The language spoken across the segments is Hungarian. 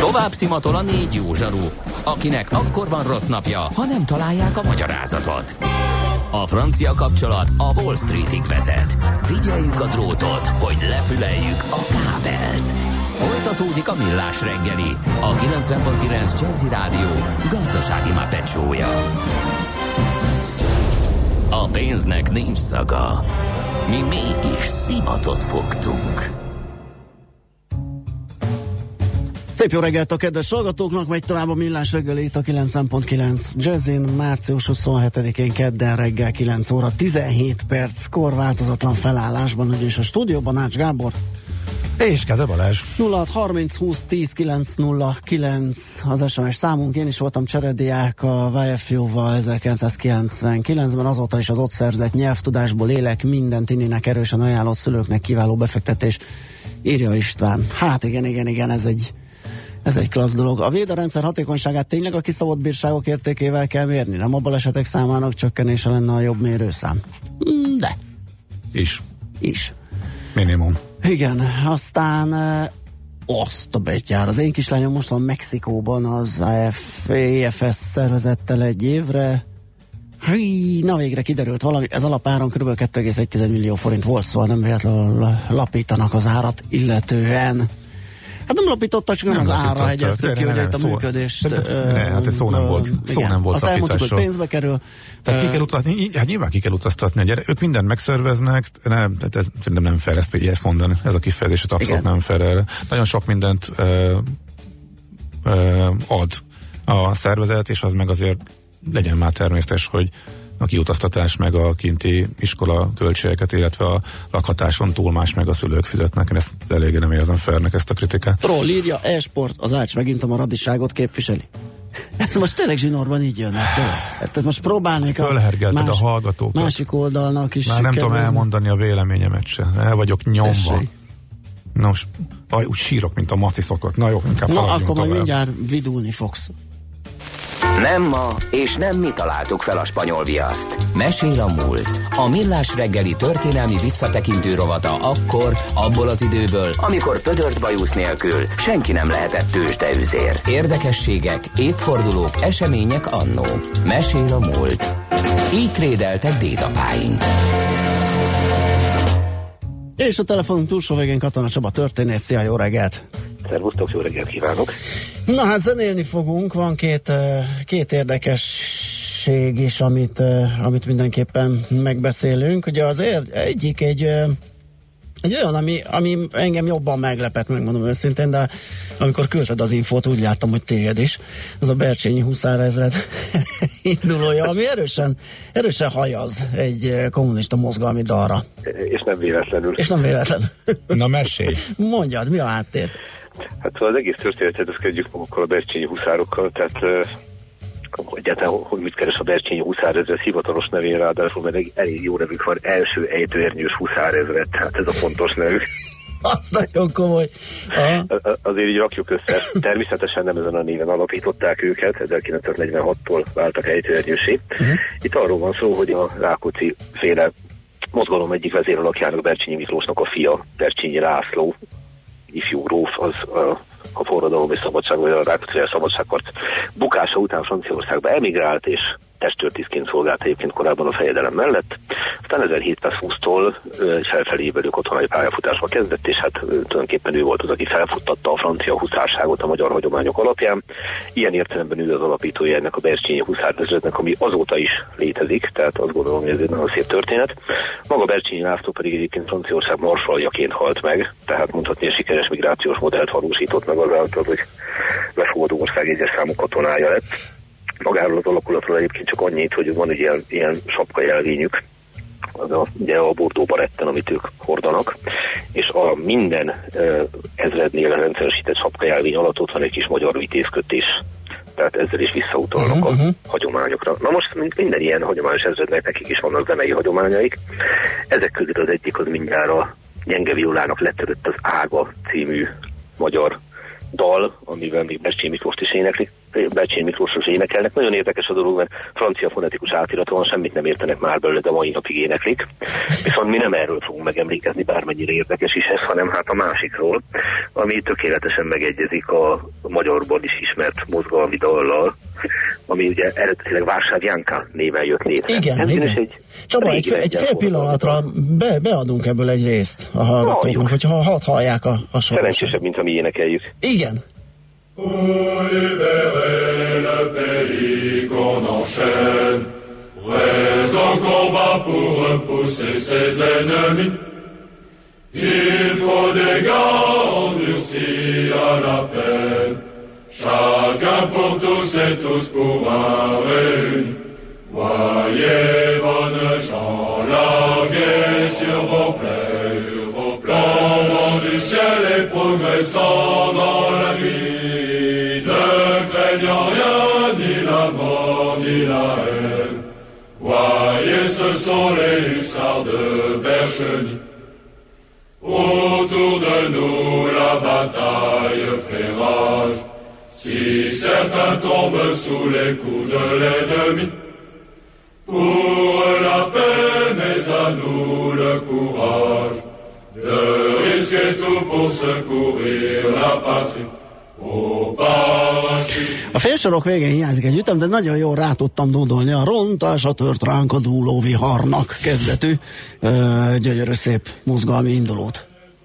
Tovább szimatol a 4 jó zsaru, akinek akkor van rossz napja, ha nem találják a magyarázatot. A francia kapcsolat a Wall Streetig vezet. Figyeljük a drótot, hogy lefüleljük a kábelt. Folytatódik a Millás reggeli, a 90.9 Jazzy Rádió gazdasági mápecsója. A pénznek nincs szaga. Mi mégis szimatot fogtunk. Szép jó reggelt a kedves hallgatóknak, megy tovább a Millás reggeli itt a 90.9 Jazzin, március 27-én kedden reggel 9 óra 17 perckor változatlan felállásban, ugyanis a stúdióban Ács Gábor és Kede Balázs. 0630 20 10 909 az SMS számunk. Én is voltam cserediák a YFU-val 1999-ben, azóta is az ott szerzett nyelvtudásból élek, minden tininek erősen ajánlott, szülőknek kiváló befektetés, írja István. Hát igen, ez egy klassz dolog. A védarendszer hatékonyságát tényleg a kiszabott bírságok értékével kell mérni? Nem a balesetek számának csökkenése lenne a jobb mérőszám? De. Is. Minimum. Igen, aztán azt a betyár. Az én kislányom most van Mexikóban az EFS szervezettel egy évre. Na végre kiderült valami, ez alapáron kb. 2,1 millió forint volt, szóval nem véletlenül lapítanak az árat illetően. Hát nem lapítottak, csak nem az ára hegyeztük ki, hogy itt a működést... Hát szó nem volt. Szó nem volt. Azt elmondtuk, hogy pénzbe kerül. Tehát ki kell utaztatni, hát nyilván ki kell utaztatni a gyerek. Ők mindent megszerveznek, tehát ez szerintem nem fair ezt mondani. Ez a kifejezés, ez abszolút nem fair erre. Nagyon sok mindent ad a szervezet, és az meg azért legyen már természetes, hogy a kiutaztatás, meg a kinti iskola költségeket, illetve a lakhatáson túl más meg a szülők fizetnek. Én ezt eléggé nem érzem fairnek, ezt a kritikát. Troll írja, e-sport, az Ács megint a maradiságot képviseli. Ez most tényleg zsinórban így jönnek. Tehát most próbálnék fölhergelted a hallgatókat. Másik oldalnak is. Már nem tudom elmondani a véleményemet se. El vagyok nyomva. Tessék. Nos, úgy sírok, mint a maci szokott. Na jó, inkább haladjunk akkor tovább. majd mindjárt vidulni fogsz. Nem ma, és nem mi találtuk fel a spanyol viaszt. Mesél a múlt. A Millás reggeli történelmi visszatekintő rovata akkor, abból az időből, amikor pödört bajusz nélkül senki nem lehetett tőzsdeüzér. Érdekességek, évfordulók, események annó. Mesél a múlt. Így trédeltek dédapáink. És a telefonunk túlsó végén Katona Csaba történész. Szia, jó reggelt! Szervusztok, jó reggelt kívánok! Na hát zenélni fogunk, van két érdekesség is, amit mindenképpen megbeszélünk. Ugye az egyik egy olyan, ami engem jobban meglepett, megmondom őszintén, de amikor küldted az infót, úgy láttam, hogy téged is. Az a Bercsényi huszárezred indulója, ami erősen hajaz egy kommunista mozgalmi dalra. És nem véletlenül. Na mesélj! Mondjad, mi a háttér? Hát az egész történetet, ezt kezdjük magukkal a Bercsényi huszárokkal, tehát egyáltalán, hogy mit keres a Bercsényi huszárezred hivatalos nevén, ráadásul mert elég jó nevük van, első ejtőernyős huszárezred, tehát ez a fontos nevük. Az nagyon komoly. Azért így rakjuk össze. Természetesen nem ezen a néven alapították őket, 1946-tól váltak ejtőernyősé. Itt arról van szó, hogy a Rákóczi féle mozgalom egyik vezéralakjának, Bercsényi Miklósnak a fia, Bercsényi László, ifjú gróf, az a forradalom és szabadság, vagy a Rákóczi szabadságharc bukása után Franciaországba emigrált, és testőrtisztként szolgált egyébként korábban a fejedelem mellett. Aztán 1720-tól felfelé évelő katonai pályafutásba kezdett, és hát tulajdonképpen ő volt az, aki felfuttatta a francia huszárságot a magyar hagyományok alapján. Ilyen értelemben ő az alapítója ennek a Bercsényi huszárezrednek, ami azóta is létezik, tehát azt gondolom, hogy ez egy nagyon szép történet. Maga Bercsényi László pedig egyébként Franciaország marsaljaként halt meg, tehát mondhatni, hogy sikeres migrációs modellt valósított meg azáltal, hogy befogadó ország egyes számú katonája lett. Magáról az alakulatról egyébként csak annyit, hogy van egy ilyen sapkajelvényük, ugye a bordó baretten, amit ők hordanak, és a minden ezrednél rendszeresített sapkajelvény alatt ott van egy kis magyar vitézkötés, tehát ezzel is visszautalnak a hagyományokra. Na most minden ilyen hagyományos ezrednek nekik is vannak zenei hagyományaik. Ezek közül az egyik az mindjárt a Gyenge Violának letörött az Ága című magyar dal, amivel még Bercsényi Miklóst is éneklik. Bercsényi Miklósról énekelnek. Nagyon érdekes a dolog, mert francia fonetikus átirata van, semmit nem értenek már belőle, de mai napig éneklik. Viszont mi nem erről fogunk megemlékezni, bármennyire érdekes is ez, hanem hát a másikról, ami tökéletesen megegyezik a magyarban is ismert mozgalmi dallal, ami ugye eredetileg Vársár Jánka néven jött létre. Igen, igen. Csaba, egy fél pillanatra beadunk ebből egy részt a hallgatóknak, hogyha hadd hallják a sorosat. Szerencsésebb, mint ha mi énekeljük. Igen. Pour libérer le pays qu'on enchaîne, raison combat pour repousser ses ennemis. Il faut des gars endurcis à la peine, chacun pour tous et tous pour un réuni. Voyez, bonnes gens, larguez sur vos plaies, tombant du ciel et progressant dans la nuit, ne craignant rien, ni la mort, ni la haine. Voyez, ce sont les hussards de Bercheny. Autour de nous la bataille fait rage, si certains tombent sous les coups de l'ennemi. Pour la paix, mais à nous le courage de risquer tout pour secourir la patrie. A félsorok végén hiányzik egy ütem, de nagyon jól rá tudtam dúdolni a rontásra tört ránk a dúló viharnak kezdetű gyönyörű szép mozgalmi indulót.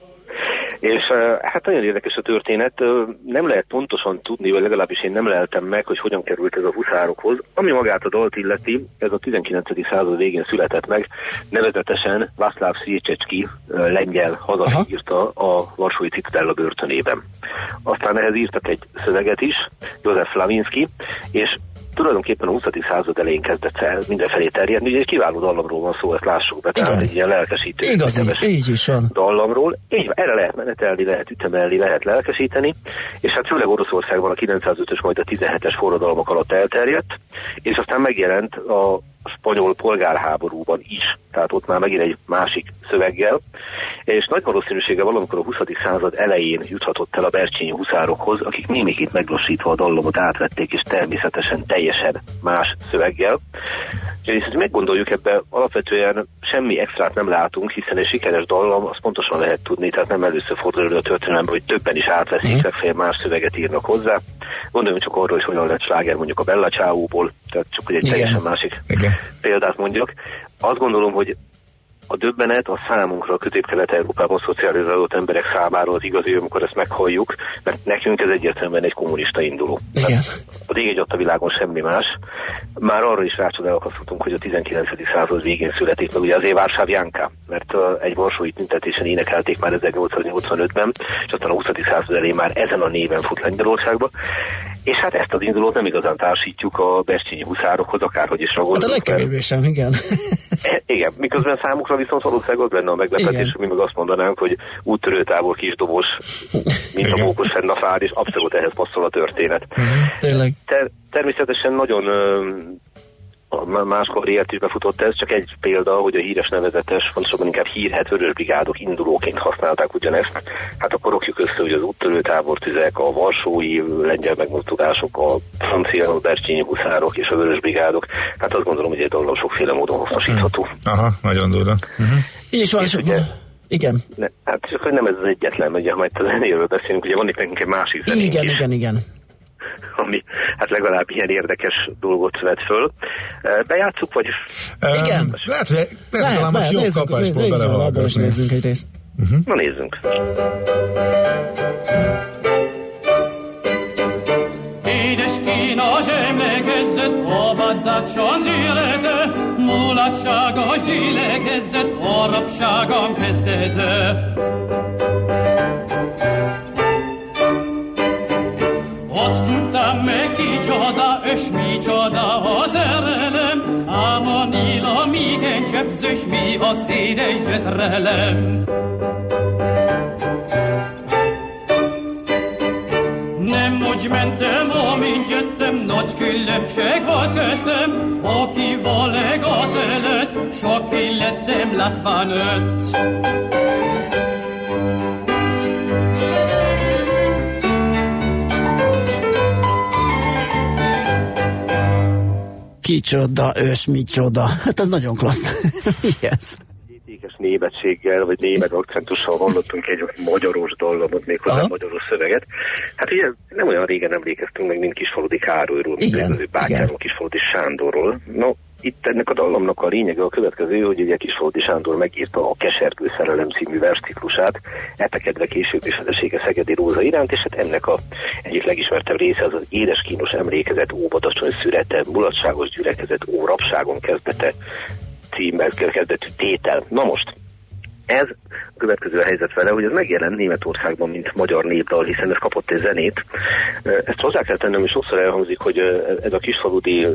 És hát nagyon érdekes a történet, nem lehet pontosan tudni, vagy legalábbis én nem leltem meg, hogy hogyan került ez a huszárokhoz. Ami magát a dalt illeti, ez a 19. század végén született meg, nevezetesen Václav Széchenyi lengyel hazafi írta a Varsói Citadella börtönében. Aztán ehhez írtak egy szöveget is, József Slavinski, és tulajdonképpen a 20. század elején kezdett el mindenfelé terjedni, ugye egy kiváló dallamról van szó, ezt lássuk be, tehát egy ilyen lelkesítő. Igazi, így is van. Dallamról. Így, erre lehet menetelni, lehet ütemelni, lehet lelkesíteni, és hát főleg Oroszországban a 905-ös, majd a 17-es forradalmak alatt elterjedt, és aztán megjelent a spanyol polgárháborúban is, tehát ott már megint egy másik szöveggel, és nagy valószínűséggel valamikor a 20. század elején juthatott el a bercsényi huszárokhoz, akik némikét meglassítva a dallamot átvették, és természetesen teljesen más szöveggel. És ha meggondoljuk, ebbe alapvetően semmi extrát nem látunk, hiszen egy sikeres dallam, azt pontosan lehet tudni, tehát nem először fordul elő a történelemben, hogy többen is átveszik, legfeljebb más szöveget írnak hozzá. Gondoljunk csak arról, hogy hogyan lett sláger mondjuk a Bella Ciao-ból, tehát csak hogy egy teljesen másik példát mondjak. Azt gondolom, hogy a döbbenet a számunkra, a Közép-Kelet-Európában szocializálódott emberek számára az igazi, amikor ezt meghalljuk, mert nekünk ez egyértelműen egy kommunista induló. Az ég egy ott a világon semmi más. Már arra is rácsodálkozhatunk, hogy a 19. század végén születik meg ugye azért Vársár Jánka, mert egy varsói tüntetésen énekelték már 1885-ben, és aztán a 20. század elején már ezen a néven fut Lengyelországba. És hát ezt az indulót nem igazán társítjuk a bercsényi huszárokhoz, akárhogy is ragolunk. Hát a legkevésbé sem, igen. Igen, miközben számukra viszont valószínűleg az lenne a meglepetés, hogy mi meg azt mondanánk, hogy úttörőtábor kisdobos, mint a mókos fenn a fád, és abszolút ehhez passzol a történet. Tényleg. Természetesen nagyon más karriert is befutott ez, csak egy példa, hogy a híres nevezetes, pontosabban inkább hírhedt vörösbrigádok indulóként használták ugyanezt. Hát akkor rakjuk össze, hogy az úttörőtábortüzek, a varsói lengyel megmozdulások, a francia bercsényi huszárok és a vörösbrigádok. Hát azt gondolom, hogy egy dolog sokféle módon hasznosítható. Aha, nagyon durva. Így is van, és ugye, igen. Hát csak, hogy nem ez az egyetlen, ugye, majd a zenéről beszélünk, ugye van itt nekünk egy másik zenénk is. Igen. Ami hát legalább ilyen érdekes dolgot vett föl. Bejátsszuk, vagy? Igen. Lehet, hogy talán most jobb kapásból belehallgatni. Abban is nézzünk egy részt. Na nézzünk. Édes Kína zsemlegezzett, abadátsan zélete, mulatságos gyülekezett, a rabságam kezdete. Ott tudtam meg kicsoda, és micsoda a szerelem, ám a Níla igen sebzős, mi az édes gyötrelem. Nem úgy mentem, amint jöttem, nagy különbség volt köztem, aki valeg az előtt, sok én lettem látván öt. Kicsoda, ős, micsoda. Hát ez nagyon klassz. Mi ez? Ékes németséggel, vagy német akcentussal hallottunk egy magyaros dallamot, méghozzá magyaros szöveget. Hát ugye nem olyan régen emlékeztünk meg, mint Kisfaludy Károlyról, mint az ő bátyáról, Kisfaludy Sándorról. No, itt ennek a dallamnak a lényege a következő, hogy ugye Kisfaludy Sándor megírta a Kesergő szerelem című versciklusát, etekedve később is felesége Szegedi Róza iránt, és hát ennek a egyik legismertebb része az édes kínos emlékezet, ó badacsony szürete, mulatságos gyülekezet, ó rabságon kezdete címmel kezdetű tétel. Na most, ez a következő a helyzet vele, hogy ez megjelent Németországban, mint magyar népdal, hiszen ez kapott egy zenét. Ezt hozzá kell tennem, és sokszor elhangzik, hogy ez a Kisfaludy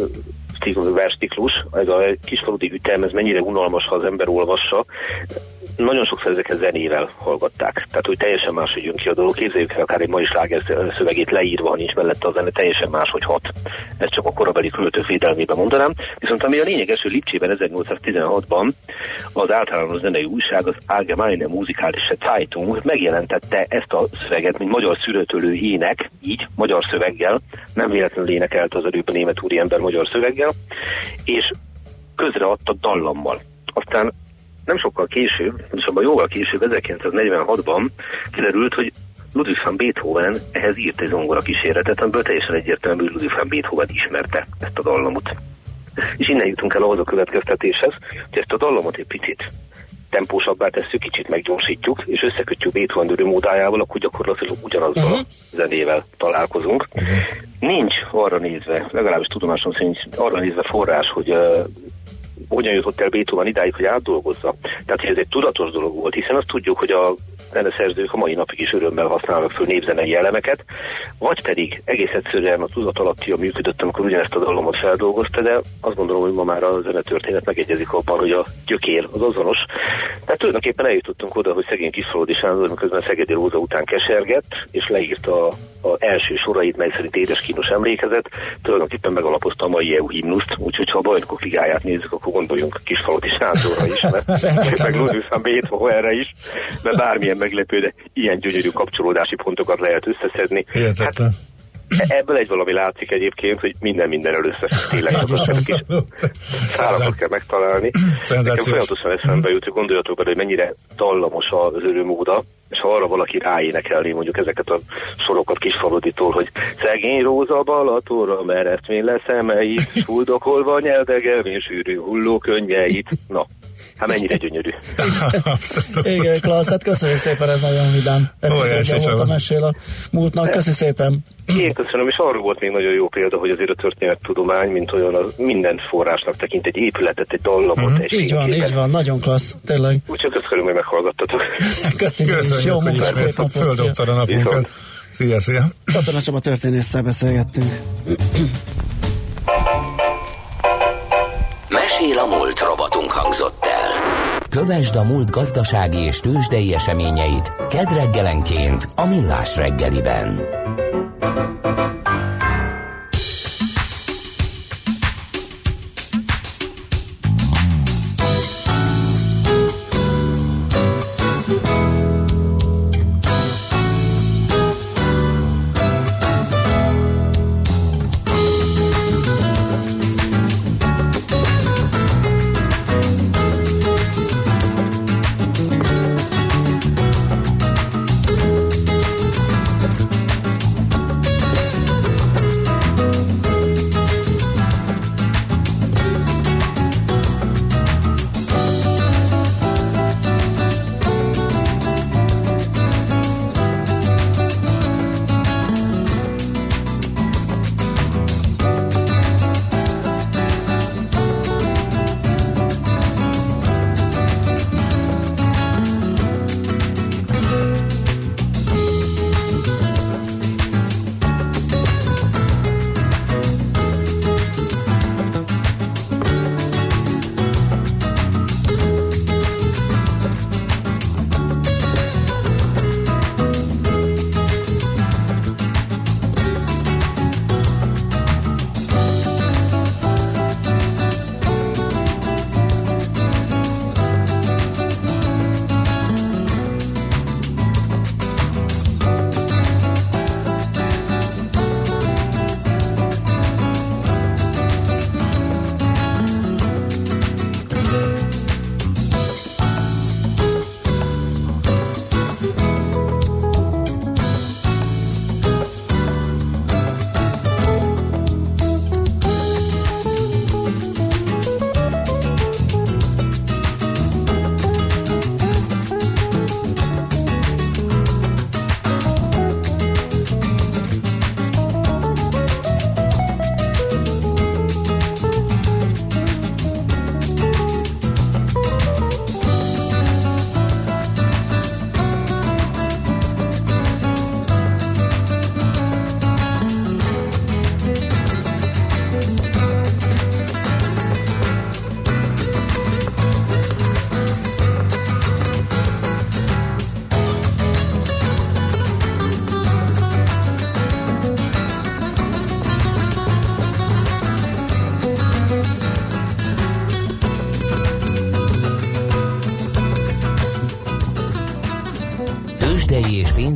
versciklus, ez a Kisfaludy ütem, ez mennyire unalmas, ha az ember olvassa. Nagyon sokszor ezeket zenével hallgatták. Tehát, hogy teljesen máshogy jön ki a dolog. Képzeljük el akár egy mai sláger szövegét leírva, ha nincs mellette a zene, teljesen máshogy hat. Ezt csak a korabeli költők védelmében mondanám. Viszont ami a lényeges, hogy Lipcsében 1816-ban az általános zenei újság, az Allgemeine Musikalische Zeitung megjelentette ezt a szöveget, mint magyar szülőtölő ének, így, magyar szöveggel, nem véletlenül énekelt az előbb a német úriember magyar szöveggel, és közreadta dallammal. Aztán nem sokkal később, pontosabban jóval később, 1946-ban kiderült, hogy Ludwig van Beethoven ehhez írt egy zongora kísérletet, amiből teljesen egyértelmű, hogy Ludwig van Beethoven ismerte ezt a dallamot. És innen jutunk el ahhoz a következtetéshez, hogy ezt a dallamot egy picit tempósabbá tesszük, kicsit meggyorsítjuk, és összekötjük Beethoven örömódájával, akkor gyakorlatilag ugyanazzal a zenével találkozunk. Nincs arra nézve, legalábbis tudomásom szerint arra nézve forrás, hogy hogyan jutott el Beethoven idáig, hogy átdolgozza. Tehát, hogy ez egy tudatos dolog volt, hiszen azt tudjuk, hogy a zeneszerzők a mai napig is örömmel használnak föl népzenei elemeket, vagy pedig egész egyszerűen a tudatalatti működött, amikor ugyanezt a dallamot feldolgozta, de azt gondolom, hogy ma már a zenetörténet megegyezik abban, hogy a gyökér az azonos. Tehát tulajdonképpen eljutottunk oda, hogy szegény Kisfaludy Sándor, miközben Szegedi Róza után kesergett, és leírta az első sorait, mely szerint édes kínos emlékezet, tulajdonképpen megalapozta a mai EU himnuszt, úgyhogy ha a Bajnokok Ligáját nézzük, akkor gondoljunk Kisfaludy Sándorra is, meg Ludwig van Beethovenre is, mert bármilyen meglepő, de ilyen gyönyörű kapcsolódási pontokat lehet összeszedni. Hát, ebből egy valami látszik egyébként, hogy mindenről összeszed, tényleg szálakat kell megtalálni. Nekem folyamatosan eszembe jut, hogy gondoljatok bele, hogy mennyire dallamos az örömóda, és ha arra valaki ráénekelné mondjuk ezeket a sorokat Kisfaludytól, hogy szegény Róza Balatonra meresztmény le szemeit, fuldokolva nyeldegelvén sűrű hulló könnyeit. Na, hát mennyire gyönyörű. Igen, klassz, hát köszönjük szépen, ez nagyon vidám. Epizódja volt a mesél a múltnak, köszi szépen. Én köszönöm, és arról volt még nagyon jó példa, hogy azért a történettudomány, mint olyan, az minden forrásnak tekint egy épületet, egy dallamot, egy így van, nagyon klassz, tényleg. Úgyhogy köszönöm, hogy meghallgattatok. Köszönjük, jó munkát, szép napot. Földobtad a napunkat. Szia. Katona Csaba történésszel beszélgettünk. Mesél a múlt robotunk hangzott el. Kövesd a múlt gazdasági és tőzsdei eseményeit kedd reggelenként a Millás reggeliben.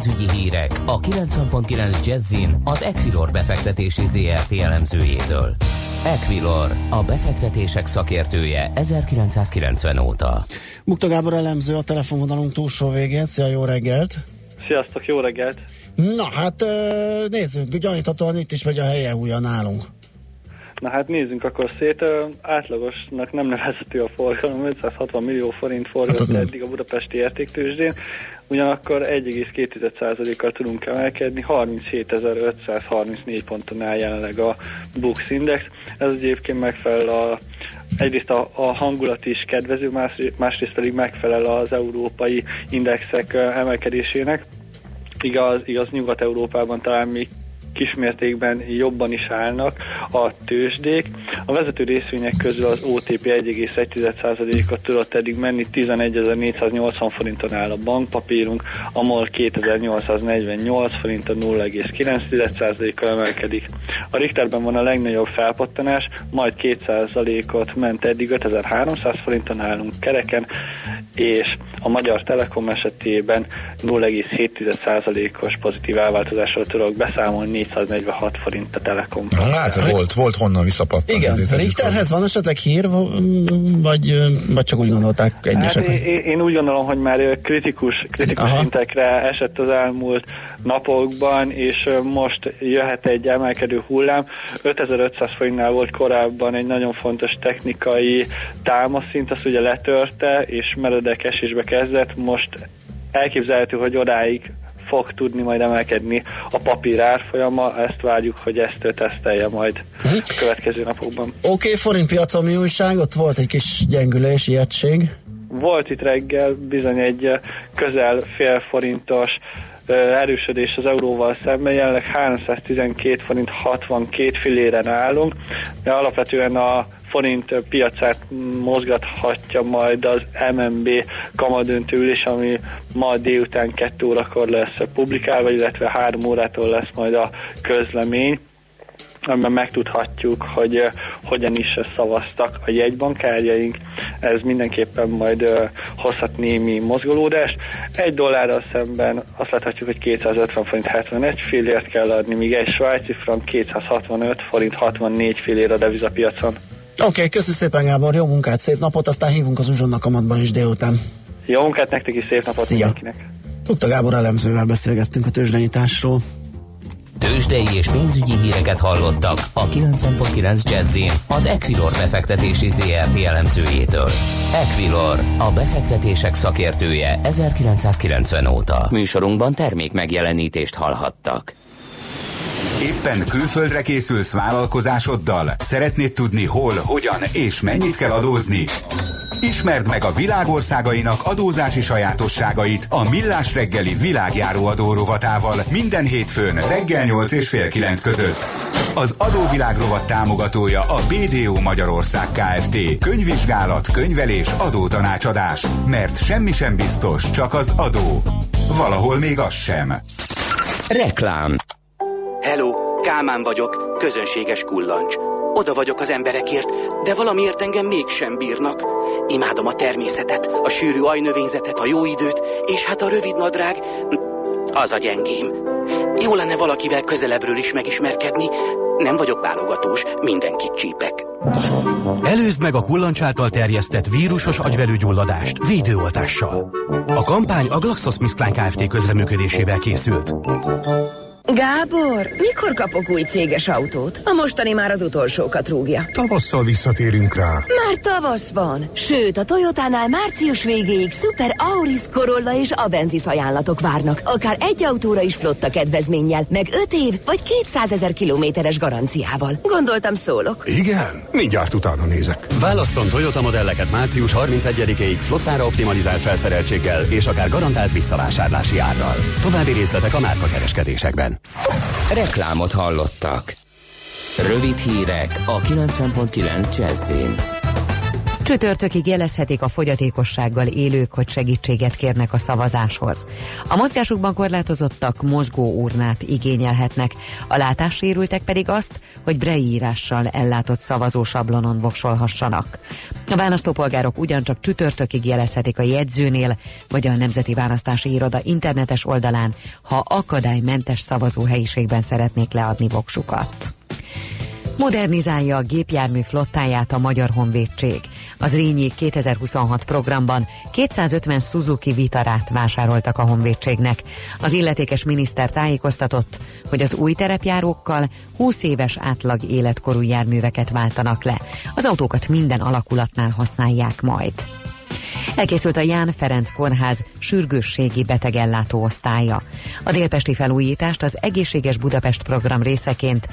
pénzügyi hírek a 90.9 Jazzin az Equilor befektetési ZRT elemzőjétől. Equilor, a befektetések szakértője 1990 óta. Bukta Gábor elemző a telefonvonalunk túlsó végén. Szia, jó reggelt! Sziasztok, jó reggelt! Na hát nézzünk, gyaníthatóan itt is megy a helye nálunk. Na hát nézzünk akkor szét. Átlagosnak nem nevezhető a forgalom, 560 millió forint forgalom hát eddig a budapesti értéktőzsdén, ugyanakkor 1,2%-kal tudunk emelkedni, 37.534 ponton áll jelenleg a Bux Index. Ez egyébként megfelel egyrészt a hangulat is kedvező, másrészt pedig megfelel az európai indexek emelkedésének. Igaz, Nyugat-Európában talán még kismértékben jobban is állnak a tőzsdék. A vezető részvények közül az OTP 1,1%-ot tudott eddig menni, 11.480 forinton áll a bankpapírunk, a MOL 2.848 forinton 0,9%-kal emelkedik. A Richterben van a legnagyobb felpattanás, majd 2%-ot ment eddig, 5.300 forinton állunk kereken, és a Magyar Telekom esetében 0,7%-os pozitív elváltozással tudok beszámolni, 446 forint a Telekom. Hát, volt honnan visszapattan. Igen, Richterhez van esetleg hír, vagy csak úgy gondolták egyesek? Hát én úgy gondolom, hogy már kritikus szintekre esett az elmúlt napokban, és most jöhet egy emelkedő hullám. 5500 forintnál volt korábban egy nagyon fontos technikai támaszszint, azt ugye letörte, és meredek esésbe kezdett. Most elképzelhető, hogy odáig fog tudni majd emelkedni a papír árfolyama, ezt várjuk, hogy ezt tesztelje majd a következő napokban. Oké, forintpiacon mi újság? Ott volt egy kis gyengülés, ijegység. Volt itt reggel bizony egy közel fél forintos erősödés az euróval szemben, jelenleg 312 forint 62 filléren állunk, de alapvetően a forint piacát mozgathatja majd az MNB kamadöntő ülés, ami ma délután 2 órakor lesz publikálva, illetve 3 órától lesz majd a közlemény, amiben megtudhatjuk, hogy hogyan is szavaztak a jegybankárjaink. Ez mindenképpen majd hozhat némi mozgolódást. $1 szemben azt láthatjuk, hogy 250 forint 71 fillért kell adni, míg egy svájci frank 265 forint 64 fillér a devizapiacon. Oké, köszi szépen Gábor, jó munkát, szép napot, aztán hívunk az Uzsonna kamatban is délután. Jó munkát nektek is, szép napot mindenkinek. Bukta Gábor elemzővel beszélgettünk a tőzsdenyításról. Tőzsdei és pénzügyi híreket hallottak a 90.9 Jazzin az Equilor befektetési ZRT elemzőjétől. Equilor, a befektetések szakértője 1990 óta. Műsorunkban termék megjelenítést hallhattak. Éppen külföldre készülsz vállalkozásoddal? Szeretnéd tudni hol, hogyan és mennyit kell adózni? Ismerd meg a világországainak adózási sajátosságait a Millás reggeli világjáró adó rovatával minden hétfőn reggel 8 és fél 9 között. Az adóvilág rovat támogatója a BDO Magyarország Kft. Könyvvizsgálat, könyvelés, adótanácsadás. Mert semmi sem biztos, csak az adó. Valahol még az sem. Reklám. Hello, Kálmán vagyok, közönséges kullancs. Oda vagyok az emberekért, de valamiért engem mégsem bírnak. Imádom a természetet, a sűrű ajnövényzetet, a jó időt, és hát a rövid nadrág, az a gyengém. Jó lenne valakivel közelebbről is megismerkedni. Nem vagyok válogatós, mindenkit csípek. Előzd meg a kullancs által terjesztett vírusos agyvelőgyulladást védőoltással. A kampány a GlaxoSmithKline Kft. Közreműködésével készült. Gábor, mikor kapok új céges autót? A mostani már az utolsókat rúgja. Tavasszal visszatérünk rá. Már tavasz van. Sőt, a Toyotánál március végéig Super Auris, Corolla és Avensis ajánlatok várnak. Akár egy autóra is flotta kedvezménnyel, meg 5 év vagy 200 000 kilométeres garanciával. Gondoltam, szólok. Igen? Mindjárt utána nézek. Válasszon Toyota modelleket március 31-ig flottára optimalizált felszereltséggel és akár garantált visszavásárlási árral. További részletek a márkakereskedésekben. Reklámot hallottak. Rövid hírek a 90.9 Jazzin. Csütörtökig jelezhetik a fogyatékossággal élők, hogy segítséget kérnek a szavazáshoz. A mozgásukban korlátozottak mozgóurnát igényelhetnek, a látássérültek pedig azt, hogy braille írással ellátott szavazósablonon voksolhassanak. A választópolgárok ugyancsak csütörtökig jelezhetik a jegyzőnél, vagy a Nemzeti Választási Iroda internetes oldalán, ha akadálymentes szavazóhelyiségben szeretnék leadni voksukat. Modernizálja a gépjármű flottáját a Magyar Honvédség. Az Zrínyi 2026 programban 250 Suzuki Vitarát vásároltak a honvédségnek. Az illetékes miniszter tájékoztatott, hogy az új terepjárókkal 20 éves átlag életkorú járműveket váltanak le. Az autókat minden alakulatnál használják majd. Elkészült a Ján Ferenc Kórház sürgősségi betegellátó osztálya. A délpesti felújítást az Egészséges Budapest program részeként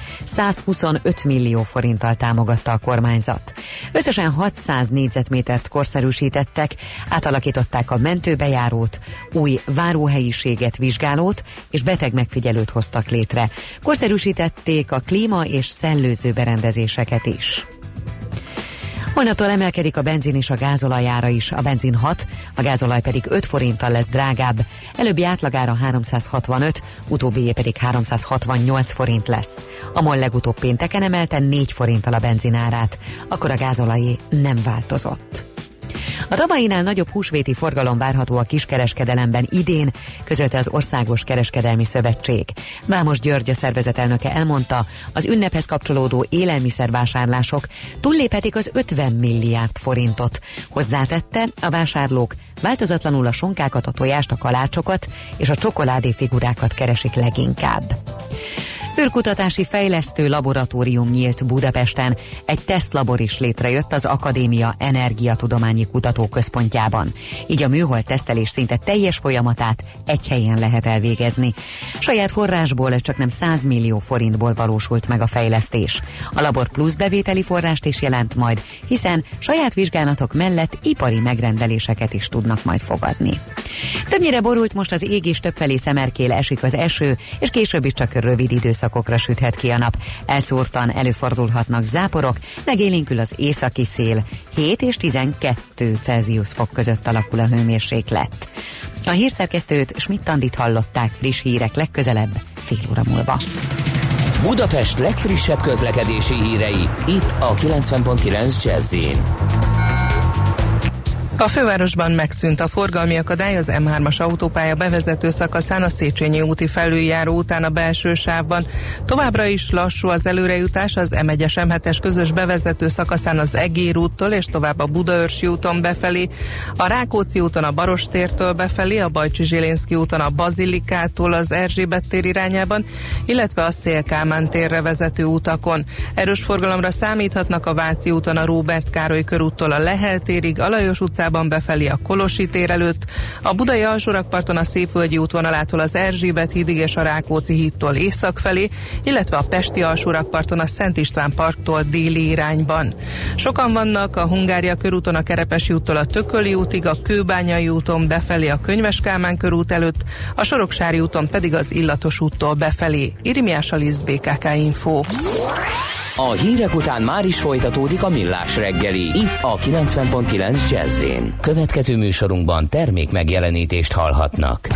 125 millió forinttal támogatta a kormányzat. Összesen 600 négyzetmétert korszerűsítettek, átalakították a mentőbejárót, új váróhelyiséget, vizsgálót és betegmegfigyelőt hoztak létre. Korszerűsítették a klíma és szellőző berendezéseket is. Holnaptól emelkedik a benzin és a gázolaj ára is. A benzin 6, a gázolaj pedig 5 forinttal lesz drágább. Előbbi átlagára 365, utóbbié pedig 368 forint lesz. A MOL legutóbb pénteken emelte 4 forinttal a benzinárát, akkor a gázolajé nem változott. A tavainál nagyobb húsvéti forgalom várható a kiskereskedelemben idén, közölte az Országos Kereskedelmi Szövetség. Vámos György, a szervezet elnöke elmondta, az ünnephez kapcsolódó élelmiszervásárlások túlléphetik az 50 milliárd forintot. Hozzátette, a vásárlók változatlanul a sonkákat, a tojást, a kalácsokat és a csokoládéfigurákat keresik leginkább. űrkutatási fejlesztő laboratórium nyílt Budapesten, egy tesztlabor is létrejött az Akadémia Energiatudományi Kutatóközpontjában. Így a műhold tesztelés szinte teljes folyamatát egy helyen lehet elvégezni. Saját forrásból csaknem 100 millió forintból valósult meg a fejlesztés. A labor plusz bevételi forrást is jelent majd, hiszen saját vizsgálatok mellett ipari megrendeléseket is tudnak majd fogadni. Többnyire borult most az ég, és többfelé szemerkél, esik az eső, és később is csak rövid időszakokra süthet ki a nap. Elszórtan előfordulhatnak záporok, megélénkül az északi szél, 7 és 12 Celsius fok között alakul a hőmérséklet. A hírszerkesztőt, Schmidt-Andit hallották, friss hírek legközelebb, fél óra múlva. Budapest legfrissebb közlekedési hírei, itt a 90.9 Jazz-in. A fővárosban megszűnt a forgalmi akadály az M3-as autópálya bevezető szakaszán a Széchenyi úti felüljáró után a belső sávban. Továbbra is lassú az előrejutás az M1-es M7-es közös bevezető szakaszán az Egér úttól és tovább a Budaörsi úton befelé, a Rákóczi úton a Barostértől befelé, a Bajcsy-Zsilinszky úton a Bazilikától az Erzsébet tér irányában, illetve a Széll-Kálmán térre vezető utakon. Erős forgalomra számíthatnak a Váci úton a Róbert Károly körúttól a Lehel térig, a Lajos utcában befelé a Kolosi tér előtt, a budai alsórakparton a Szépvölgyi útvonalától az Erzsébet hídig és a Rákóczi hídtól észak felé, illetve a pesti alsórakparton a Szent István parktól déli irányban. Sokan vannak a Hungária körúton a Kerepesi úttól a Tököli útig, a Kőbányai úton befelé a Könyves Kálmán körút előtt, a Soroksári úton pedig az Illatos úttól befelé. Irimiás Alisz, BKK Info. A hírek után már is folytatódik a Millás reggeli, itt a 90.9 Jazz-in. Következő műsorunkban termék megjelenítést hallhatnak.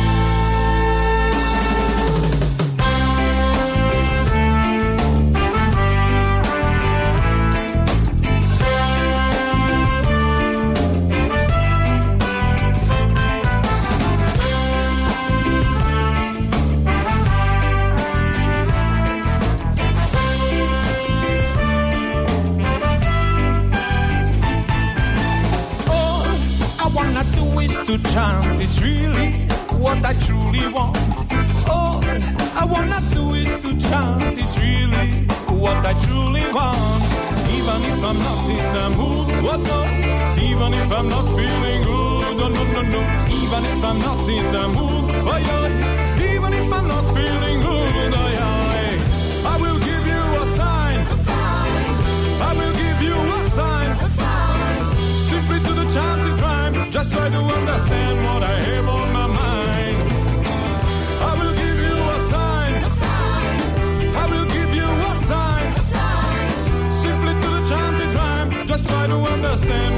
It's really what I truly want. All I wanna do is to chant. It's really what I truly want. Even if I'm not in the mood, what no? Even if I'm not feeling good, no, no, no, no. Even if I'm not in the mood, oh yeah. Even if I'm not feeling good, oh yeah. I will give you a sign. I will give you a sign. Simply to the chanted rhyme. Just try to understand what I have on my mind. I will give you a sign. I will give you a sign. Simply to the chanted rhyme. Just try to understand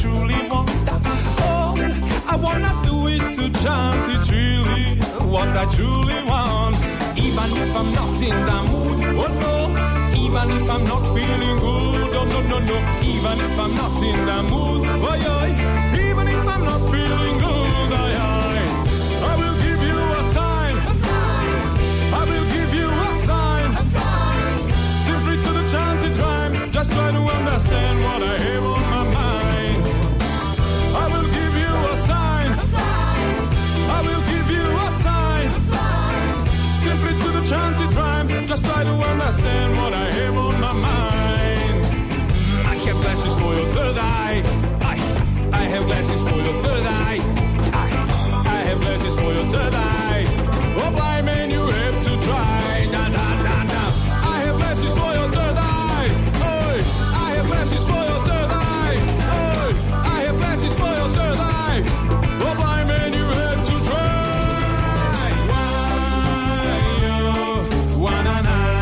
truly want. All I wanna do is to chant. It's really what I truly want. Even if I'm not in the mood, oh no. Even if I'm not feeling good, oh no, no, no. Even if I'm not in the mood, oh yeah. Even if I'm not feeling good, oh yeah. I will give you a sign. I will give you a sign. Simply to the chanted rhyme. Just try to understand what I have on my mind. I will give you a sign. I will give you a sign. Simply to the chanted rhyme. Just try to understand what I have on my mind. I have glasses for your third eye. I have glasses for your third eye. I have glasses for your third eye. Oh, blind man, you have to try. Da, da, da, da. I have glasses for your third eye. Oy. I have glasses for your third eye. Oy. I have glasses for your third eye. Oh, blind man, you have to try. Why, yo, wanna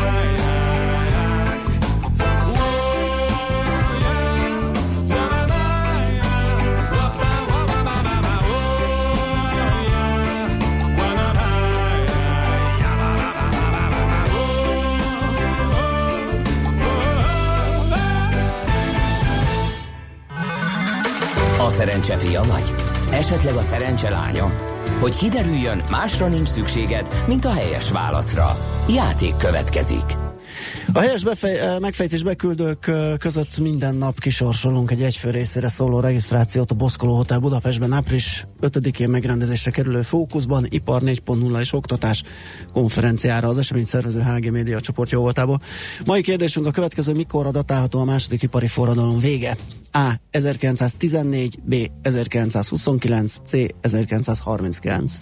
A szerencse fia vagy? Esetleg a szerencse lánya? Hogy kiderüljön, másra nincs szükséged, mint a helyes válaszra. Játék következik. A helyes megfejtés beküldők között minden nap kisorsolunk egy egyfő részére szóló regisztrációt a Boszkoló Hotel Budapestben április 5-én megrendezésre kerülő Fókuszban, Ipar 4.0 és oktatás konferenciára az esemény szervező HG Média csoportja voltából. Mai kérdésünk a következő: mikorra datálható a második ipari forradalom vége? A. 1914, B. 1929, C. 1939.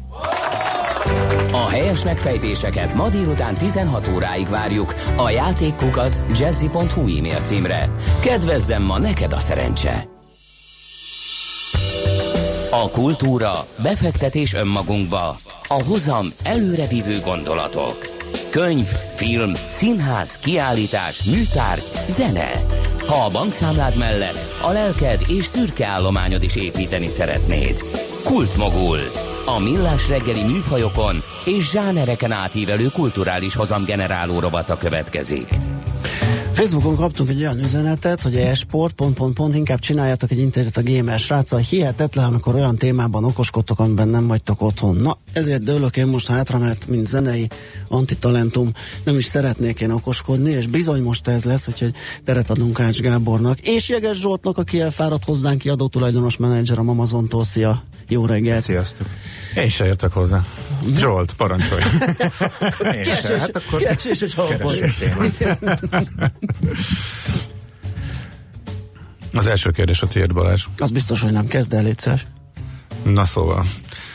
A helyes megfejtéseket ma délután 16 óráig várjuk a játékkukac@jazzy.hu e-mail címre. Kedvezzem ma neked a szerencse! A kultúra, befektetés önmagunkba, a hozam előrevívő gondolatok. Könyv, film, színház, kiállítás, műtárgy, zene. Ha a bankszámlád mellett a lelked és szürke állományod is építeni szeretnéd. Kultmogul. A millás reggeli műfajokon és zsánereken átívelő kulturális hozamgeneráló rovata következik. Facebookon kaptunk egy olyan üzenetet, hogy e-sport, inkább csináljatok egy interjút a gamer sráccal. Hihetetlen, amikor olyan témában okoskodtok, amiben nem vagytok otthon. Na, ezért dőlök én most hátra, mert mint zenei antitalentum nem is szeretnék én okoskodni, és bizony most ez lesz, úgyhogy teret adunk Ács Gábornak és Jeges Zsoltnak, aki elfáradt hozzánk, kiadó tulajdonos menedzser a Amazontól. Szia! Jó reggelt! Sziasztok! Én se értek hozzá. Zsolt, parancsolj! Kiesés és halpon. Az első kérdés a tiéd, Balázs. Az biztos, hogy nem kezd el, létszás. Na szóval.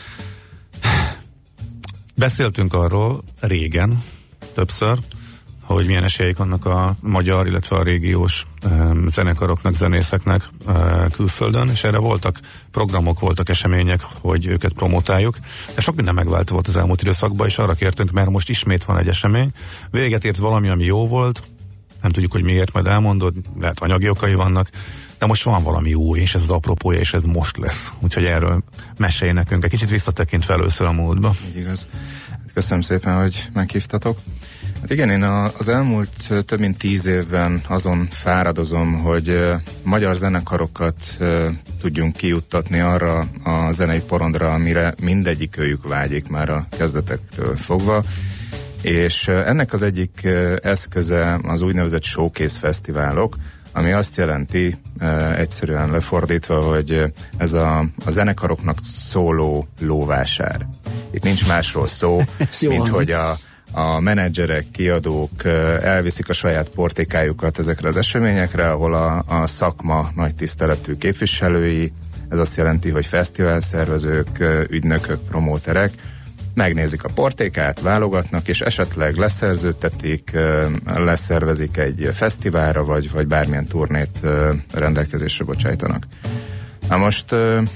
Beszéltünk arról régen, többször, hogy milyen esélyeik vannak a magyar, illetve a régiós zenekaroknak, zenészeknek külföldön, és erre voltak programok, voltak események, hogy őket promotáljuk, de sok minden megváltozott az elmúlt időszakban, és arra kértünk, mert most ismét van egy esemény, véget ért valami, ami jó volt, nem tudjuk, hogy miért, majd elmondod, lehet anyagi okai vannak, de most van valami új, és ez az apropója, és ez most lesz. Úgyhogy erről mesélj nekünk, egy kicsit visszatekintve először a múltba. Így igaz. Köszönöm szépen, hogy meghívtatok. Hát igen, én az elmúlt több mint 10 évben azon fáradozom, hogy magyar zenekarokat tudjunk kijuttatni arra a zenei porondra, amire mindegyikőjük vágyik már a kezdetektől fogva. És ennek az egyik eszköze az úgynevezett showcase fesztiválok, ami azt jelenti, egyszerűen lefordítva, hogy ez a zenekaroknak szóló lóvásár. Itt nincs másról szó, mint hogy a menedzserek, kiadók elviszik a saját portékájukat ezekre az eseményekre, ahol a szakma nagy tiszteletű képviselői, ez azt jelenti, hogy fesztiválszervezők, ügynökök, promóterek megnézik a portékát, válogatnak, és esetleg leszerződtetik, leszervezik egy fesztiválra, vagy bármilyen turnét rendelkezésre bocsájtanak. Na most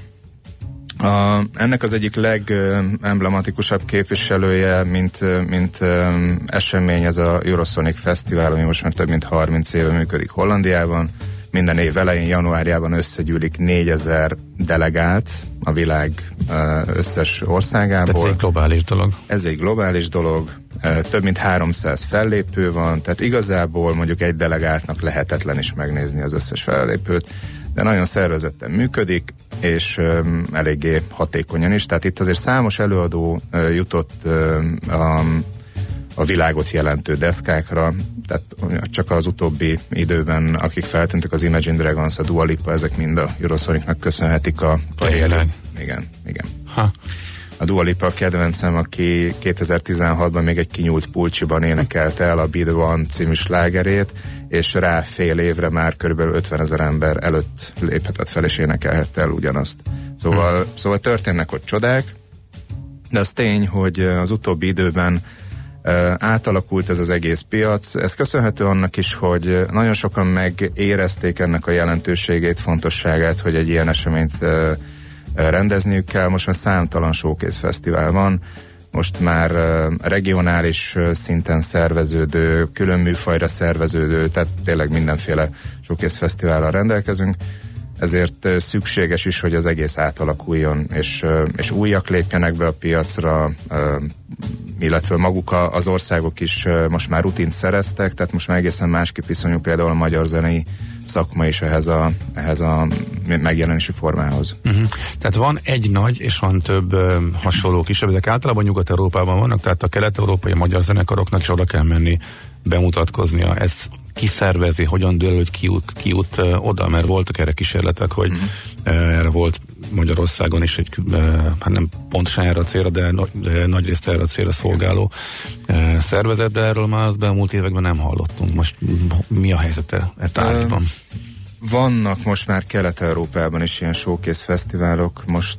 ennek az egyik legemblematikusabb képviselője, mint esemény, ez a Eurosonic Fesztivál, ami most már több mint 30 éve működik Hollandiában. minden év elején, januárjában összegyűlik 4000 delegált a világ összes országából. Ez egy globális dolog. Ez egy globális dolog. Több mint 300 fellépő van, tehát igazából mondjuk egy delegáltnak lehetetlen is megnézni az összes fellépőt, de nagyon szervezetten működik, és eléggé hatékonyan is. Tehát itt azért számos előadó jutott a világot jelentő deszkákra, tehát csak az utóbbi időben, akik feltűntek, az Imagine Dragons, a Dua Lipa, ezek mind a Eurosonicnak köszönhetik a karrierjét. Igen. Ha. A Dua Lipa a kedvencem, aki 2016-ban még egy kinyúlt pulcsiban énekelte el a Be The One című slágerét, és rá fél évre már körülbelül 50 000 ember előtt léphetett fel, és énekelhette el ugyanazt. Szóval történnek ott csodák, de az tény, hogy az utóbbi időben átalakult ez az egész piac. Ez köszönhető annak is, hogy nagyon sokan megérezték ennek a jelentőségét, fontosságát, hogy egy ilyen eseményt rendezniük kell. Most már számtalan showcase fesztivál van, most már regionális szinten szerveződő, külön műfajra szerveződő, tehát tényleg mindenféle showcase fesztivállal rendelkezünk. Ezért szükséges is, hogy az egész átalakuljon, és újak lépjenek be a piacra, illetve maguk az országok is most már rutint szereztek, tehát most már egészen másképp viszonyul például a magyar zenei szakma is ehhez a megjelenési formához. Tehát van egy nagy, és van több hasonló kisebb, ezek általában Nyugat-Európában vannak, tehát a kelet-európai magyar zenekaroknak is oda kell menni bemutatkoznia. Ez kiszervezi, hogyan dől, hogy ki jut oda, mert voltak erre kísérletek, hogy erre volt Magyarországon is egy, hát nem pontosan erre a célra, de nagy részt erre a célra szolgáló szervezet, de erről már az elmúlt években nem hallottunk. Most mi a helyzete e tárgyban? Vannak most már Kelet-Európában is ilyen showcase fesztiválok, most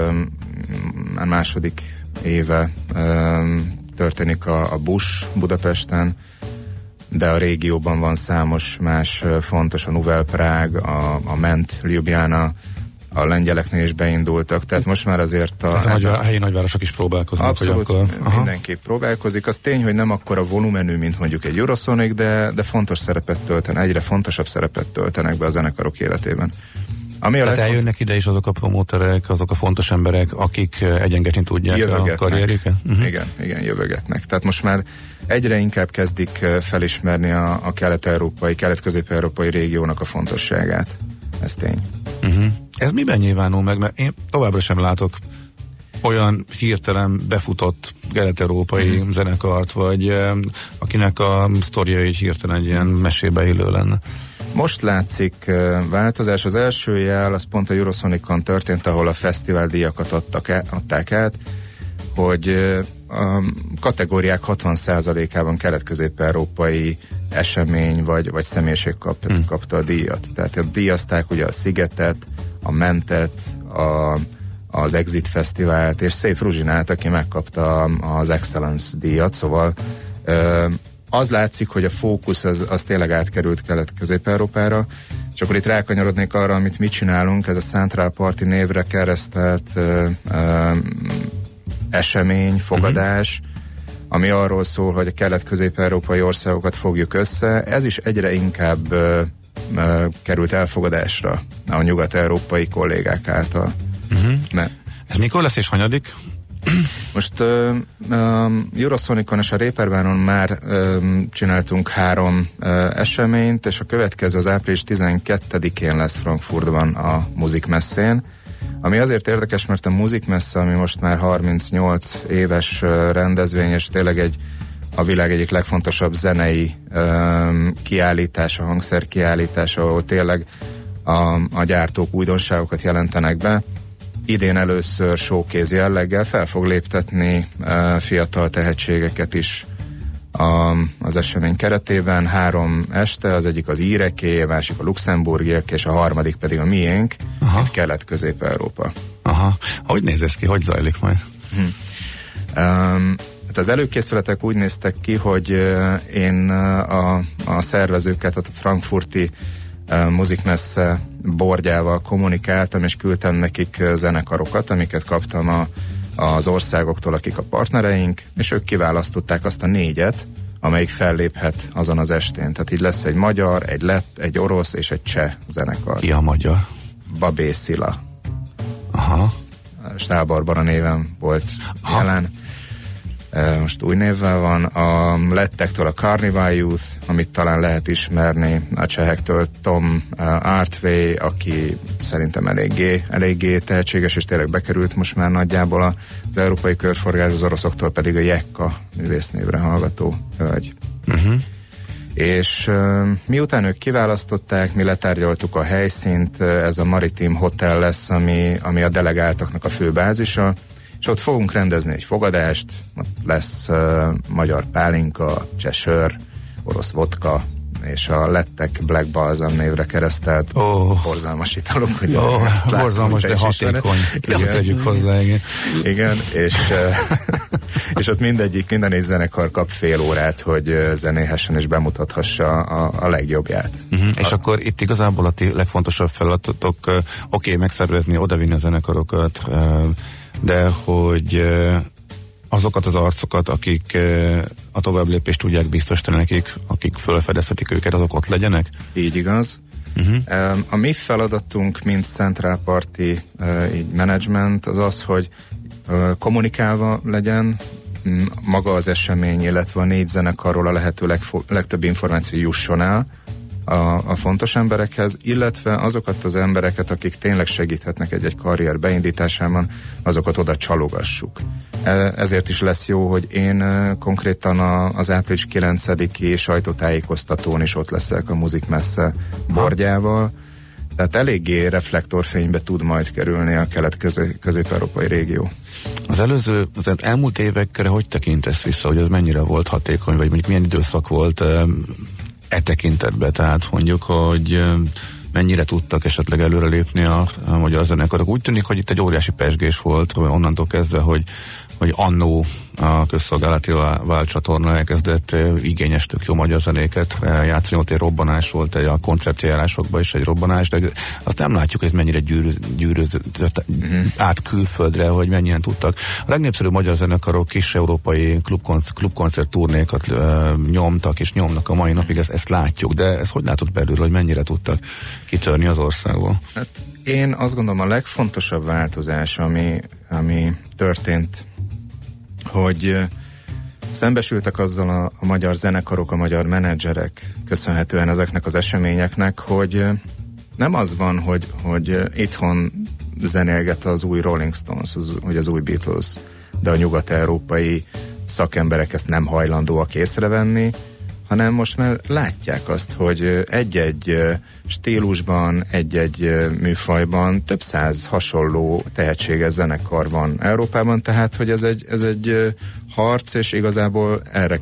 már második éve történik a Bush Budapesten, de a régióban van számos más fontos, a Nouvelle Prague, a Ment Ljubljana, a lengyeleknél is beindultak, tehát most már azért a helyi nagyvárosok is próbálkoznak. Abszolút, hogy akkor, mindenképp próbálkozik. Az tény, hogy nem akkora volumenű, mint mondjuk egy Eurosonic, de fontos szerepet töltenek, egyre fontosabb szerepet töltenek be a zenekarok életében. Tehát eljönnek ide is azok a promóterek, azok a fontos emberek, akik egyengetni tudják a karrierjüket? Igen, jövögetnek. Tehát most már egyre inkább kezdik felismerni a kelet-közép-európai régiónak a fontosságát. Ez tény. Ez miben nyilvánul meg? Mert én továbbra sem látok olyan hirtelen befutott kelet-európai zenekart, vagy akinek a sztoria így hirtelen egy ilyen mesébe illő lenne. Most látszik változás. Az első jel az pont a Eurosonicon történt, ahol a fesztivál díjakat adták át, hogy a kategóriák 60%-ában kelet-közép-európai esemény vagy személyiség kapta a díjat. Tehát díjazták ugye a Szigetet, a Mentet, az Exit Fesztivált, és Szép Ruzsinát, aki megkapta az Excellence díjat, szóval az látszik, hogy a fókusz az tényleg átkerült Kelet-Közép-Európára, és akkor itt rákanyarodnék arra, amit mi csinálunk, ez a Central Party névre keresztelt esemény, fogadás, ami arról szól, hogy a kelet-közép-európai országokat fogjuk össze. Ez is egyre inkább került elfogadásra a nyugat-európai kollégák által. Ez mikor lesz és hanyadik? Most Eurosonicon és a Reeperbahnon már csináltunk 3 eseményt, és a következő az április 12-én lesz Frankfurtban a Musikmesszén, ami azért érdekes, mert a Musikmesse, ami most már 38 éves rendezvény, és tényleg a világ egyik legfontosabb zenei kiállítása, hangszerkiállítása, ahol tényleg a gyártók újdonságokat jelentenek be. Idén először showcase jelleggel fel fog léptetni fiatal tehetségeket is az esemény keretében. 3 este, az egyik az íreké, a másik a luxemburgiak, és a harmadik pedig a miénk, itt Kelet-Közép-Európa. Hogy néz ez ki? Hogy zajlik majd? Hát az előkészületek úgy néztek ki, hogy én a szervezőket, a frankfurti Musikmesse bordjával kommunikáltam, és küldtem nekik zenekarokat, amiket kaptam az országoktól, akik a partnereink, és ők kiválasztották azt a 4-et, amelyik felléphet azon az estén. Tehát így lesz egy magyar, egy lett, egy orosz és egy cseh zenekar. Ki a magyar? Babé Szila. Aha. Stáb Barbara néven volt jelen. Most új névvel van. A lettektől a Carnival Youth, amit talán lehet ismerni, a csehektől Tom Artway, aki szerintem eléggé tehetséges, és tényleg bekerült most már nagyjából az európai körforgás, az oroszoktól pedig a Jekka művésznévre hallgató hölgy. És miután ők kiválasztották, mi letárgyaltuk a helyszínt, ez a Maritim Hotel lesz, ami a delegáltaknak a főbázisa, és ott fogunk rendezni egy fogadást, ott lesz magyar pálinka, cseh sör, orosz vodka, és a lettek Black Balsam névre keresztelt borzalmas italok, hogy borzalmas, de hatékony. Tegyük hozzá, igen. Igen, és ott minden egy zenekar kap fél órát, hogy zenéhessen és bemutathassa a legjobbját. És akkor itt igazából a ti legfontosabb feladatok, megszervezni, odavinni a zenekarokat, de hogy azokat az arcokat, akik a továbblépést tudják biztosítani nekik, akik felfedezhetik őket, azok ott legyenek? Így igaz. A mi feladatunk, mint Central Party management, az, hogy kommunikálva legyen maga az esemény, illetve a 4 zenekarról a lehető legtöbb információ jusson el a fontos emberekhez, illetve azokat az embereket, akik tényleg segíthetnek egy karrier beindításában, azokat oda csalogassuk. Ezért is lesz jó, hogy én konkrétan az április 9-i sajtótájékoztatón is ott leszek a Muzikmessze bordjával, tehát eléggé reflektorfénybe tud majd kerülni a kelet-közép-európai régió. Az elmúlt évekre hogy tekintesz vissza, hogy ez mennyire volt hatékony, vagy mondjuk milyen időszak volt tekintetben, tehát mondjuk, hogy mennyire tudtak esetleg előrelépni a magyar zenekarok. Úgy tűnik, hogy itt egy óriási pezsgés volt, onnantól kezdve, hogy annó a közszolgálati váltcsatorna elkezdett igényes, tök jó magyar zenéket játszani, ott egy robbanás volt, a koncertjárásokban is egy robbanás, de azt nem látjuk, hogy ez mennyire gyűrözött át külföldre, hogy mennyien tudtak. A legnépszerűbb magyar zenekarok kis európai klubkoncert turnékat nyomtak és nyomnak a mai napig, ezt látjuk, de ezt hogy látod belül, hogy mennyire tudtak kitörni az országból? Hát én azt gondolom, a legfontosabb változás, ami történt, hogy szembesültek azzal a magyar zenekarok, a magyar menedzserek köszönhetően ezeknek az eseményeknek, hogy nem az van, hogy itthon zenélget az új Rolling Stones, vagy az új Beatles, de a nyugat-európai szakemberek ezt nem hajlandóak észrevenni, hanem most már látják azt, hogy egy-egy stílusban, egy-egy műfajban több száz hasonló tehetséges zenekar van Európában, tehát hogy ez egy harc, és igazából ebbe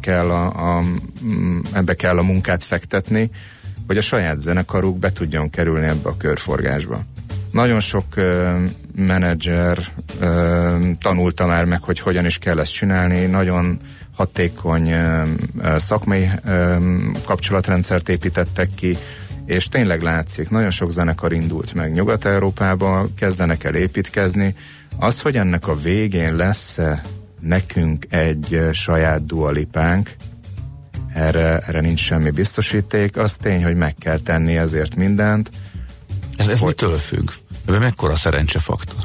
kell a munkát fektetni, hogy a saját zenekaruk be tudjon kerülni ebbe a körforgásba. Nagyon sok menedzser tanulta már meg, hogy hogyan is kell ezt csinálni, nagyon hatékony szakmai kapcsolatrendszert építettek ki, és tényleg látszik, nagyon sok zenekar indult meg Nyugat-Európába, kezdenek el építkezni. Az, hogy ennek a végén lesz-e nekünk egy saját Dua Lipánk, erre nincs semmi biztosíték, az tény, hogy meg kell tenni ezért mindent. Ez mitől függ? Ebben mekkora szerencsefaktor?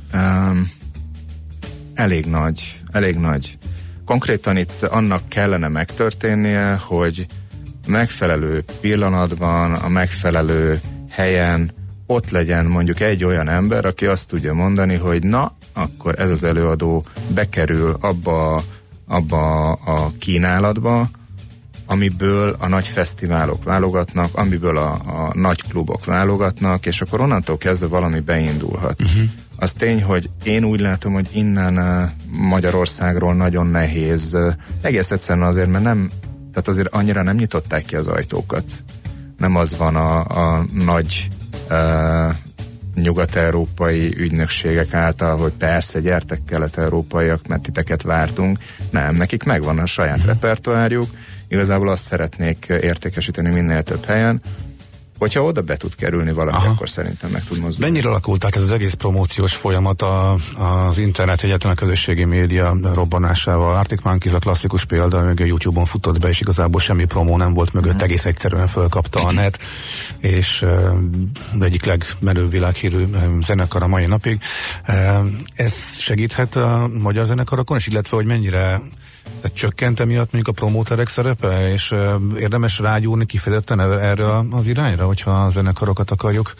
Elég nagy. Konkrétan itt annak kellene megtörténnie, hogy megfelelő pillanatban, a megfelelő helyen ott legyen mondjuk egy olyan ember, aki azt tudja mondani, hogy na, akkor ez az előadó bekerül abba a kínálatba, amiből a nagy fesztiválok válogatnak, amiből a nagy klubok válogatnak, és akkor onnantól kezdve valami beindulhat. Az tény, hogy én úgy látom, hogy innen Magyarországról nagyon nehéz, egész egyszerűen azért, mert tehát azért annyira nem nyitották ki az ajtókat. Nem az van a nagy nyugat-európai ügynökségek által, hogy persze, gyertek kelet-európaiak, mert titeket vártunk. Nem, nekik megvan a saját repertoárjuk, igazából azt szeretnék értékesíteni minél több helyen, Hogyha oda be tud kerülni valaki, akkor szerintem meg tud mozdulni. Mennyire alakult tehát ez az egész promóciós folyamat az internet, egyáltalán a közösségi média robbanásával? Arctic Monkeys a klasszikus példa, meg a YouTube-on futott be, és igazából semmi promó nem volt mögött, egész egyszerűen fölkapta a net, és egyik legmenőbb világhírű zenekar a mai napig. Ez segíthet a magyar zenekarokon, és illetve, hogy mennyire csökkent emiatt mondjuk a promóterek szerepe, és érdemes rágyúrni kifejezetten erre az irányra, hogyha a zenekarokat akarjuk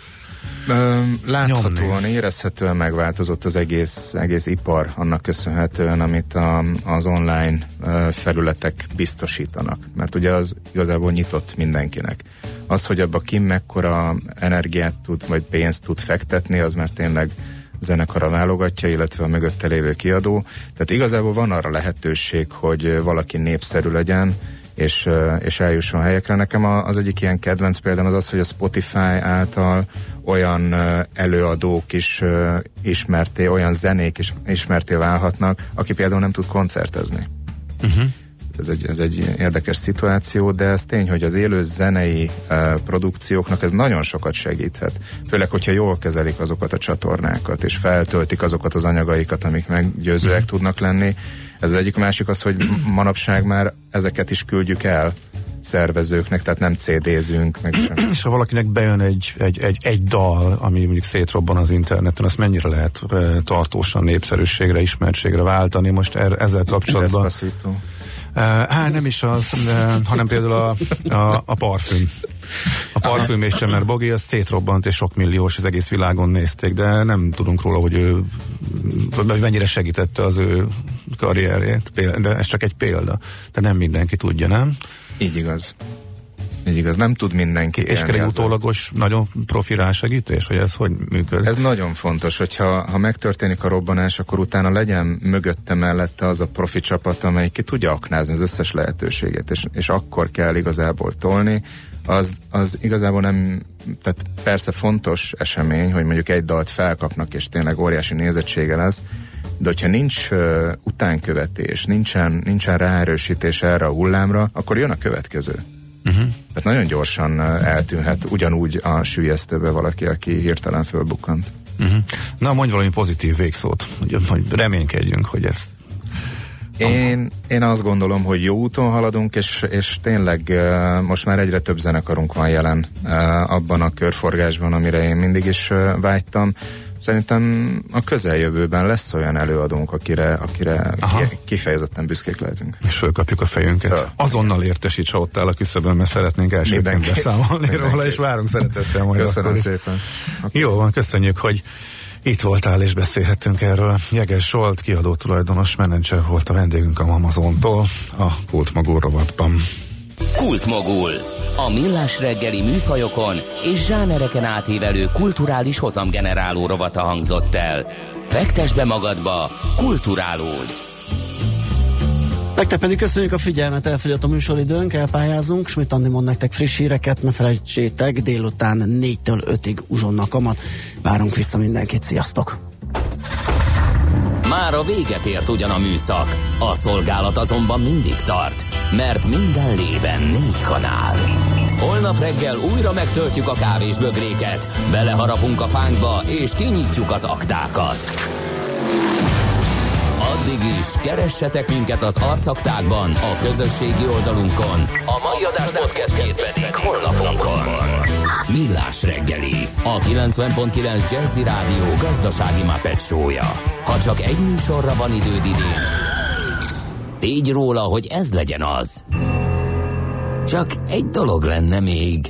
láthatóan, érezhetően megváltozott az egész ipar annak köszönhetően, amit az online felületek biztosítanak. Mert ugye az igazából nyitott mindenkinek. Az, hogy abba ki mekkora energiát tud, vagy pénzt tud fektetni, az már tényleg zenekara válogatja, illetve a mögötte lévő kiadó. Tehát igazából van arra lehetőség, hogy valaki népszerű legyen, és eljusson helyekre. Nekem az egyik ilyen kedvenc példám az, hogy a Spotify által olyan előadók is ismerté, olyan zenék is ismerté válhatnak, aki például nem tud koncertezni. Ez egy érdekes szituáció, de ez tény, hogy az élő zenei produkcióknak ez nagyon sokat segíthet. Főleg, hogyha jól kezelik azokat a csatornákat, és feltöltik azokat az anyagaikat, amik meggyőzőek tudnak lenni. Ez az egyik, a másik az, hogy manapság már ezeket is küldjük el szervezőknek, tehát nem CD-zünk, meg sem. És ha valakinek bejön egy dal, ami mondjuk szétrobban az interneten, azt mennyire lehet tartósan népszerűségre, ismertségre váltani? Most ezzel kapcsolatban... Despacito. Nem is az, hanem például a parfüm. A parfüm és Csemer Bogi, az szétrobbant, és sok milliós, az egész világon nézték, de nem tudunk róla, hogy ő mennyire segítette az ő karrierjét, de ez csak egy példa. De nem mindenki tudja, nem? Így igaz. Nem tud mindenki élni. És kell egy utólagos, nagyon profi rásegítés, hogy ez hogy működik? Ez nagyon fontos, hogyha megtörténik a robbanás, akkor utána legyen mögötte mellette az a profi csapat, amelyik ki tudja aknázni az összes lehetőséget, és akkor kell igazából tolni. Az igazából nem, tehát persze fontos esemény, hogy mondjuk egy dalt felkapnak, és tényleg óriási nézettsége lesz, de hogyha nincs utánkövetés, nincsen ráerősítés erre a hullámra, akkor jön a következő. Tehát nagyon gyorsan eltűnhet ugyanúgy a süllyesztőbe valaki, aki hirtelen fölbukkant. Na, mondj valami pozitív végszót, hogy reménykedjünk, hogy ezt... Én azt gondolom, hogy jó úton haladunk, és tényleg most már egyre több zenekarunk van jelen abban a körforgásban, amire én mindig is vágytam. Szerintem a közeljövőben lesz olyan előadónk, akire kifejezetten büszkék lehetünk. És fölkapjuk a fejünket. Azonnal értesíts, ha ott áll a küszöbön, mert szeretnénk elsőként beszámolni róla, és várunk szeretettel majd. Köszönöm szépen. Jó van, köszönjük, hogy itt voltál, és beszélhettünk erről. Jeges Zsolt, kiadó tulajdonos, menedzser volt a vendégünk a Amazontól a Kultmogul rovatban. Kultmogul. A millás reggeli műfajokon és zsánereken átívelő kulturális hozamgeneráló rovata hangzott el. Fektesd be magadba, kulturálódj! Nektek pedig köszönjük a figyelmet, elfogyott a műsoridőnk, elpályázunk. Schmidt Andi mond nektek friss híreket, ne felejtsétek, délután 4-től 5-ig uzsonna kamat. Várunk vissza mindenkit, sziasztok! Már a véget ért ugyan a műszak, a szolgálat azonban mindig tart, mert minden lében 4 kanál. Holnap reggel újra megtöltjük a kávésbögréket, beleharapunk a fánkba és kinyitjuk az aktákat. Addig is keressetek minket az arcaktákban, a közösségi oldalunkon, a mai adás podcastjét pedig honlapunkon. Millás reggeli, a 90.9 Jazzy Rádió gazdasági Muppet show-ja. Ha csak egy műsorra van időd idén, tégy róla, hogy ez legyen az. Csak egy dolog lenne még.